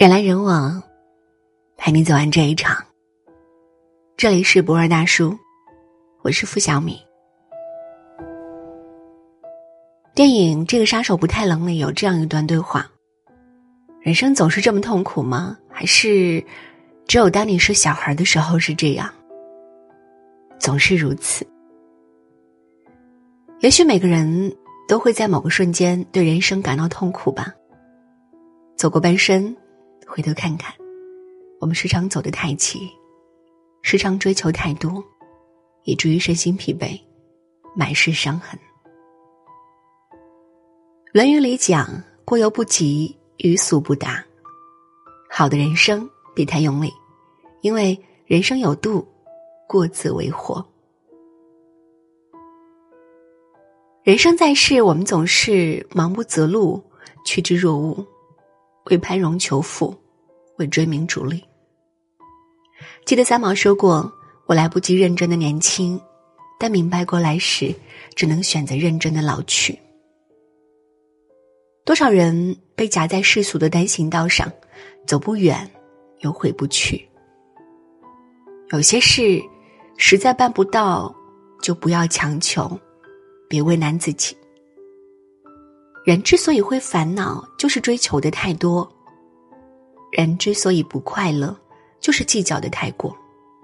人来人往，陪你走完这一场。这里是博尔大叔，我是付小米。电影《这个杀手不太冷》里有这样一段对话：人生总是这么痛苦吗？还是只有当你是小孩的时候是这样？总是如此。也许每个人都会在某个瞬间对人生感到痛苦吧。走过半生，回头看看，我们时常走得太急，时常追求太多，以至于身心疲惫，满是伤痕。论语里讲，过犹不及，欲速不达。好的人生别太用力，因为人生有度，过自为祸。人生在世，我们总是忙不择路，趋之若鹜，为攀荣求富，为追名逐利。记得三毛说过，我来不及认真的年轻，但明白过来时只能选择认真的老去。多少人被夹在世俗的单行道上，走不远又回不去。有些事实在办不到，就不要强求，别为难自己。人之所以会烦恼，就是追求的太多；人之所以不快乐，就是计较的太过。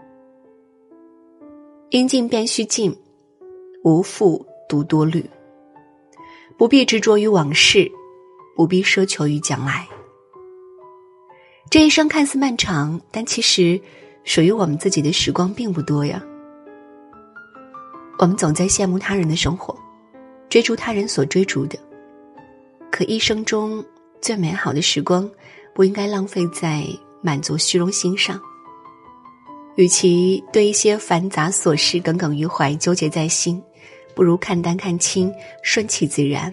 应尽便须尽，无复独多虑。不必执着于往事，不必奢求于将来。这一生看似漫长，但其实属于我们自己的时光并不多呀。我们总在羡慕他人的生活，追逐他人所追逐的，可一生中最美好的时光不应该浪费在满足虚荣心上。与其对一些繁杂琐事耿耿于怀，纠结在心，不如看淡看清，顺其自然。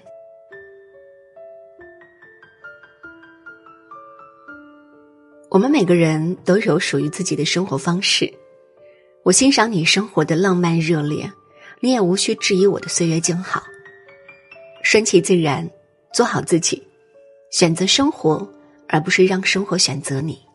我们每个人都有属于自己的生活方式，我欣赏你生活的浪漫热烈，你也无需质疑我的岁月静好。顺其自然，做好自己，选择生活，而不是让生活选择你。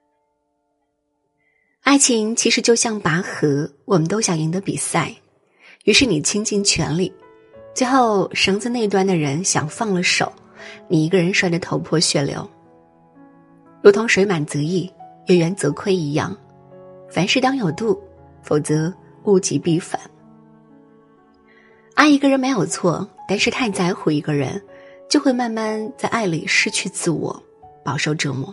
爱情其实就像拔河，我们都想赢得比赛，于是你倾尽全力，最后绳子那端的人想放了手，你一个人摔得头破血流。如同水满则溢，月圆则亏一样，凡事当有度，否则物极必反。爱一个人没有错，但是太在乎一个人，就会慢慢在爱里失去自我，饱受折磨。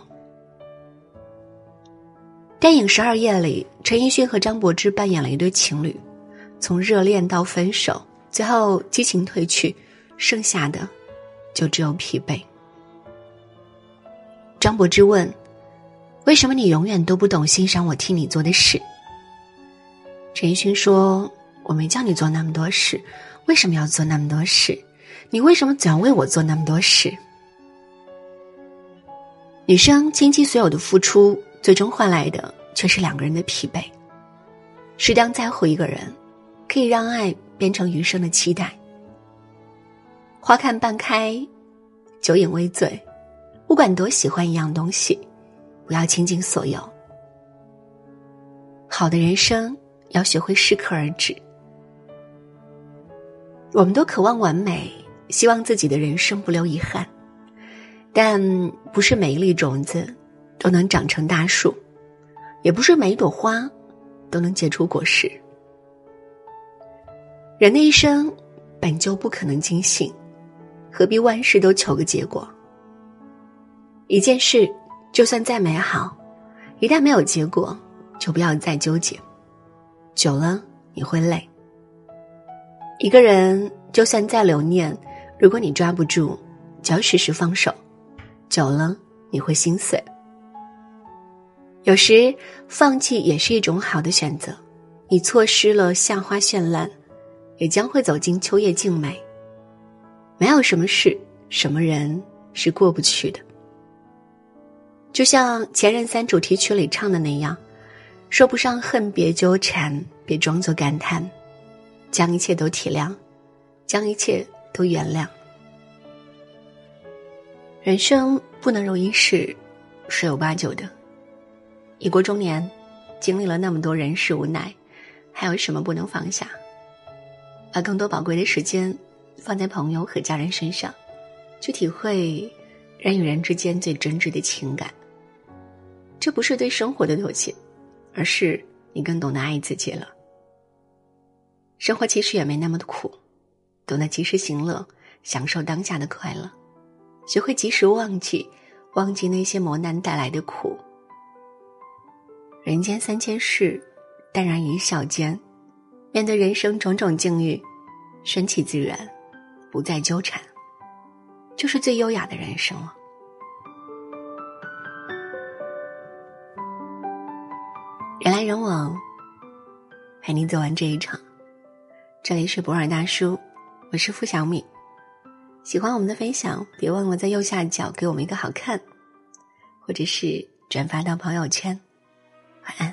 电影《12夜》里，陈奕迅和张柏芝扮演了一对情侣，从热恋到分手，最后激情褪去，剩下的就只有疲惫。张柏芝问，为什么你永远都不懂欣赏我替你做的事？陈奕迅说，我没叫你做那么多事，为什么要做那么多事？你为什么总要为我做那么多事？女生倾尽所有的付出，最终换来的却是两个人的疲惫。适当在乎一个人，可以让爱变成余生的期待。花看半开，酒饮微醉，不管多喜欢一样东西，不要倾尽所有。好的人生要学会适可而止。我们都渴望完美，希望自己的人生不留遗憾，但不是每一粒种子都能长成大树，也不是每一朵花都能结出果实。人的一生本就不可能尽兴，何必万事都求个结果？一件事就算再美好，一旦没有结果，就不要再纠结，久了你会累。一个人就算再留念，如果你抓不住，就要适时放手，久了你会心碎。有时放弃也是一种好的选择，你错失了夏花绚烂，也将会走进秋叶静美。没有什么事什么人是过不去的。就像《前任3》主题曲里唱的那样，说不上恨别纠缠，别装作感叹，将一切都体谅，将一切都原谅。人生不能如意事， 十有八九的。已过中年，经历了那么多人事无奈，还有什么不能放下？把更多宝贵的时间放在朋友和家人身上，去体会人与人之间最真挚的情感。这不是对生活的妥协，而是你更懂得爱自己了。生活其实也没那么的苦，懂得及时行乐，享受当下的快乐，学会及时忘记那些磨难带来的苦。人间三千事，淡然一笑间。面对人生种种境遇，顺其自然，不再纠缠，就是最优雅的人生了。人来人往，陪你走完这一场。这里是博尔大叔，我是付小米。喜欢我们的分享，别忘了在右下角给我们一个好看，或者是转发到朋友圈。晚安。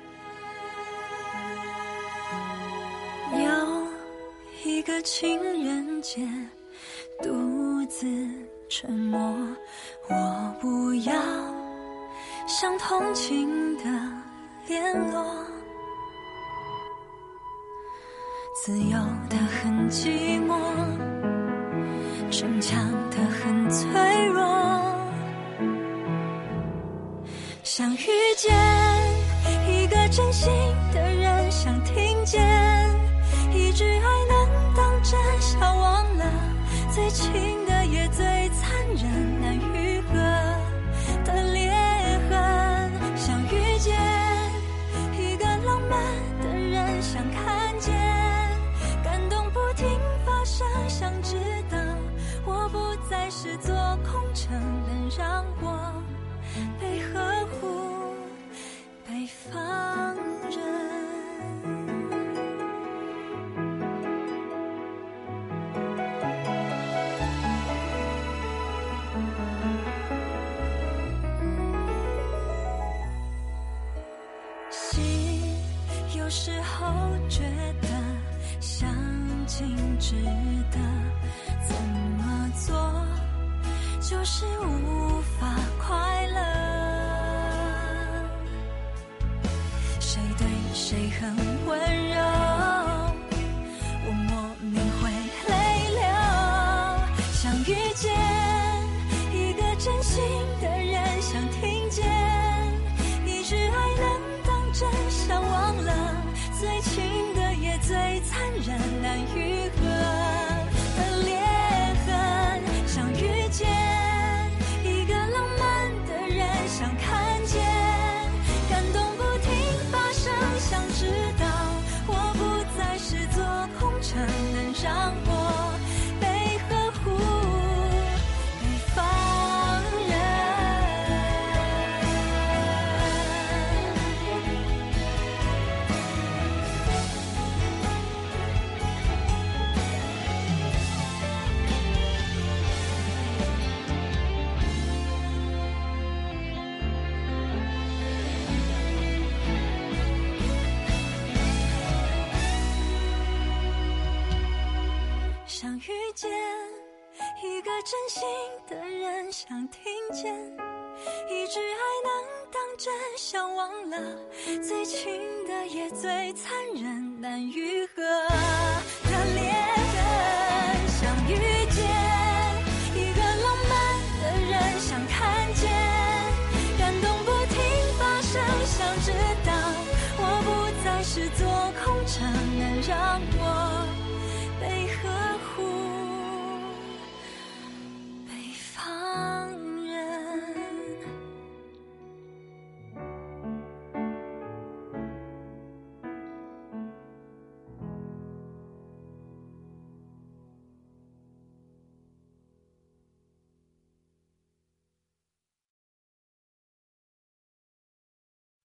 有一个情人节，独自沉默，我不要像同情的联络，自由的很寂寞，逞强的很脆弱，想遇见一个真心的人，想听见一句爱能当真，笑忘了最亲的也最残忍，难愈合的裂痕，想遇见一个浪漫的人，想看见感动不停发生，想知道我不再是座空城，能让我被呵护，被放任。心有时候觉得想静止的，怎么做就是无法快乐，谁对谁很温柔，我莫名会泪流，想遇见一个真心的人，想听见一句爱能当真，想忘了最亲的也最残忍，难愈合的裂痕，想遇见一个浪漫的人，想看见感动不停发生，想知道我不再是座空城，能让我被呵护，被放任。想遇见一个真心的人，想听见一句爱能当真，想忘了最亲的也最残忍，难愈合的裂痕，想遇见一个浪漫的人，想看见感动不停发生，想知道我不再是座空城，能让我